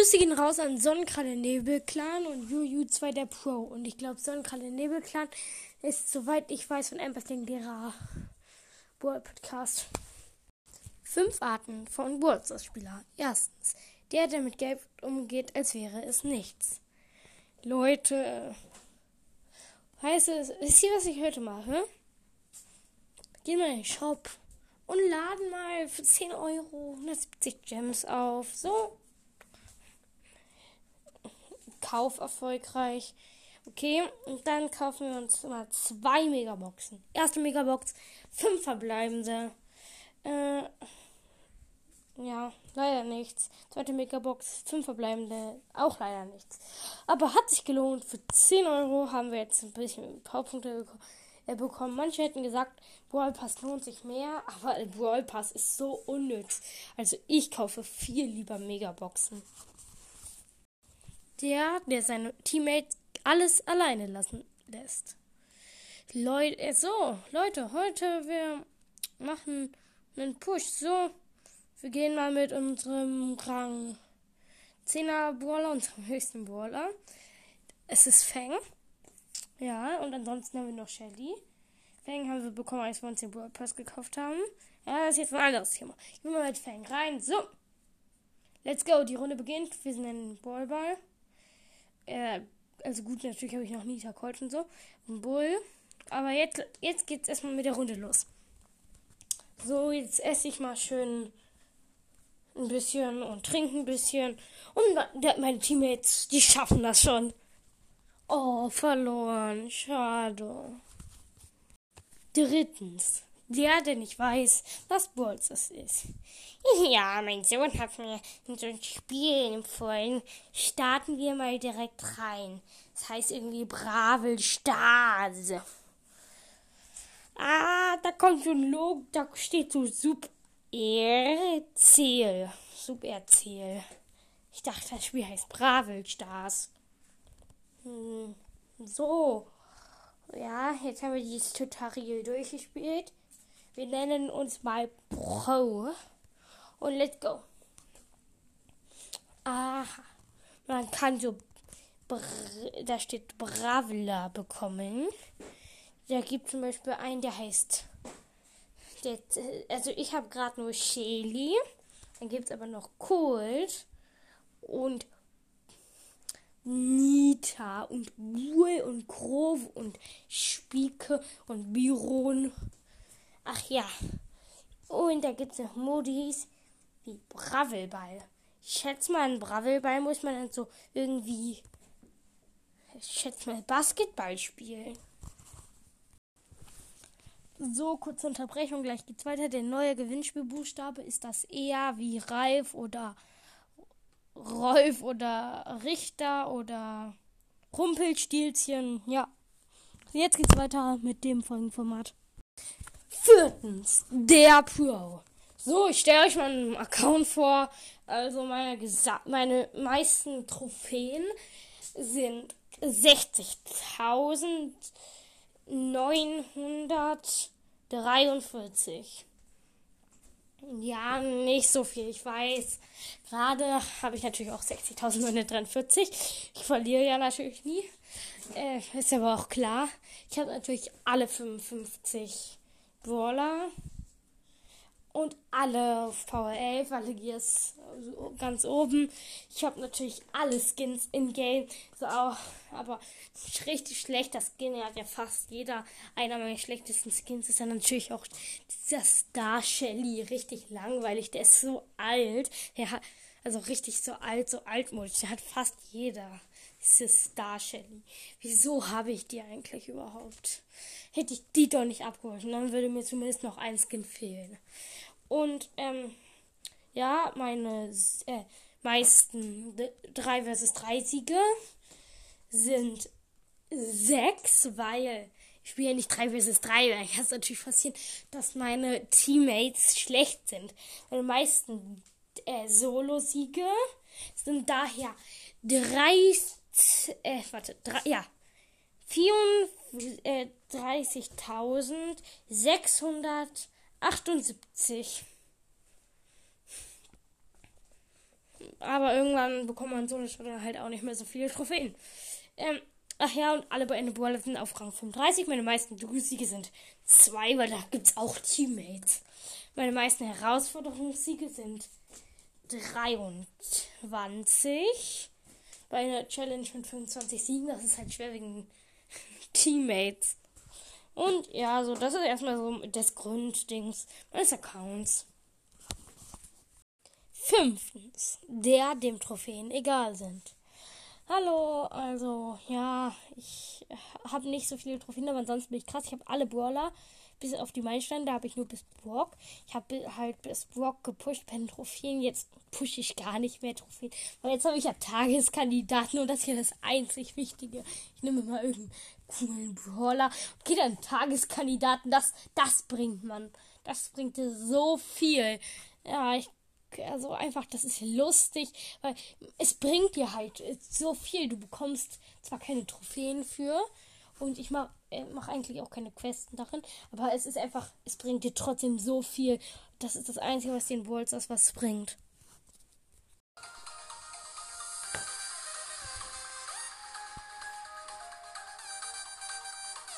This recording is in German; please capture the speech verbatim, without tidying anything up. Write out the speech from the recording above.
Grüße gehen raus an Sonnenkralle Nebelclan und Juju zwei der Pro. Und ich glaube, Sonnenkralle Nebelclan ist, soweit ich weiß, von Ampersling derer Brawl Podcast. Fünf Arten von Brawl-Spieler. Erstens, der, der mit Geld umgeht, als wäre es nichts. Leute, heißt es, wisst ihr, was ich heute mache? Gehen wir in den Shop und laden mal für zehn Euro hundertsiebzig Gems auf. So. Kauf erfolgreich. Okay, und dann kaufen wir uns mal zwei Megaboxen. Erste Megabox, fünf verbleibende. Äh, ja, leider nichts. Zweite Megabox, fünf verbleibende, auch leider nichts. Aber hat sich gelohnt. Für zehn Euro haben wir jetzt ein bisschen Powerpunkte bekommen. Manche hätten gesagt, Brawl Pass lohnt sich mehr, aber Brawl Pass ist so unnütz. Also ich kaufe viel lieber Megaboxen. Der, der seine Teammates alles alleine lassen lässt. Leute, so, Leute, heute wir machen einen Push. So, wir gehen mal mit unserem Rang zehner Brawler, unserem höchsten Brawler. Es ist Fang. Ja, und ansonsten haben wir noch Shelly. Fang haben wir bekommen, als wir uns den Brawl Pass gekauft haben. Ja, das ist jetzt ein anderes Thema. Ich will mal mit Fang rein. So, let's go. Die Runde beginnt. Wir sind ein Brawlball. Äh, also gut, natürlich habe ich noch Nita, Colt und so. Ein Bull. Aber jetzt, jetzt geht's erstmal mit der Runde los. So, jetzt esse ich mal schön ein bisschen und trinke ein bisschen. Und meine Teammates, die schaffen das schon. Oh, verloren. Schade. Drittens. Der, der nicht weiß, was Brawl Stars ist. Ja, mein Sohn hat mir so ein Spiel empfohlen. Starten wir mal direkt rein. Das heißt irgendwie Brawl Stars. Ah, da kommt so ein Logo, da steht so Sub-Erzähl. Sub-Erzähl. Ich dachte, das Spiel heißt Brawl Stars. Hm, so. Ja, jetzt haben wir dieses Tutorial durchgespielt. Wir nennen uns mal Pro. Und let's go. Aha. Man kann so, da steht Brawler bekommen. Da gibt zum Beispiel einen, der heißt, der, also ich habe gerade nur Shelly. Dann gibt es aber noch Colt und Nita und Bull und Grove und Spieke und Biron. Ach ja. Und da gibt es noch Modis wie Bravlball. Ich schätze mal, ein Bravlball muss man dann so irgendwie, ich schätze mal, Basketball spielen. So, kurze Unterbrechung, gleich geht's weiter. Der neue Gewinnspielbuchstabe ist das eher wie Ralf oder Rolf oder Richter oder Rumpelstilzchen. Ja, jetzt geht's weiter mit dem folgenden Format. Viertens, der Pro. So, ich stelle euch meinen Account vor. Also meine, Gesa- meine meisten Trophäen sind sechzigtausendneunhundertdreiundvierzig. Ja, nicht so viel, ich weiß. Gerade habe ich natürlich auch sechzigtausendneunhundertdreiundvierzig. Ich verliere ja natürlich nie. Äh, ist aber auch klar. Ich habe natürlich alle fünfundfünfzig Brawler. Und alle auf Power elf, alle Gears ganz oben. Ich habe natürlich alle Skins in-game. So auch, aber richtig schlecht. Das Skin hat ja fast jeder. Einer meiner schlechtesten Skins ist dann natürlich auch dieser Star Shelly. Richtig langweilig. Der ist so alt. Der hat, also richtig so alt, so altmodisch. Der hat fast jeder. Diese Star Shelly. Wieso habe ich die eigentlich überhaupt? Hätte ich die doch nicht abgeholt. Und dann würde mir zumindest noch ein Skin fehlen. Und, ähm, ja, meine äh, meisten drei versus drei Siege sind sechs, weil ich spiele ja nicht drei versus drei, weil kann es natürlich passieren, dass meine Teammates schlecht sind. Meine meisten äh, Solo-Siege sind daher drei, äh, warte, drei, ja, vierunddreißigtausendsechshundertachtundsiebzig. aber irgendwann bekommt man so eine Stadt halt auch nicht mehr so viele Trophäen. Ähm, ach ja, und alle bei Ende Brawler sind auf Rang fünfunddreißig. Meine meisten Duo-Siege sind zwei, weil da gibt es auch Teammates. Meine meisten Herausforderungssiege sind dreiundzwanzig. Bei einer Challenge mit fünfundzwanzig Siegen, das ist halt schwer wegen Teammates. Und ja, so, das ist erstmal so das Grunddings meines Accounts. Fünftens, der dem Trophäen egal sind. Hallo, also, ja, ich habe nicht so viele Trophäen, aber ansonsten bin ich krass. Ich habe alle Brawler, bis auf die Meilensteine, da habe ich nur bis Brock. Ich habe halt bis Brock gepusht bei den Trophäen. Jetzt pushe ich gar nicht mehr Trophäen, weil jetzt habe ich ja Tageskandidaten und das hier das einzig Wichtige. Ich nehme mal irgendeinen coolen Brawler und gehe dann Tageskandidaten. Das, das bringt man. Das bringt dir so viel. Ja, ich also einfach, das ist lustig, weil es bringt dir halt so viel. Du bekommst zwar keine Trophäen für und ich mache äh, mach eigentlich auch keine Questen darin, aber es ist einfach, es bringt dir trotzdem so viel. Das ist das Einzige, was den Brawl Stars was bringt.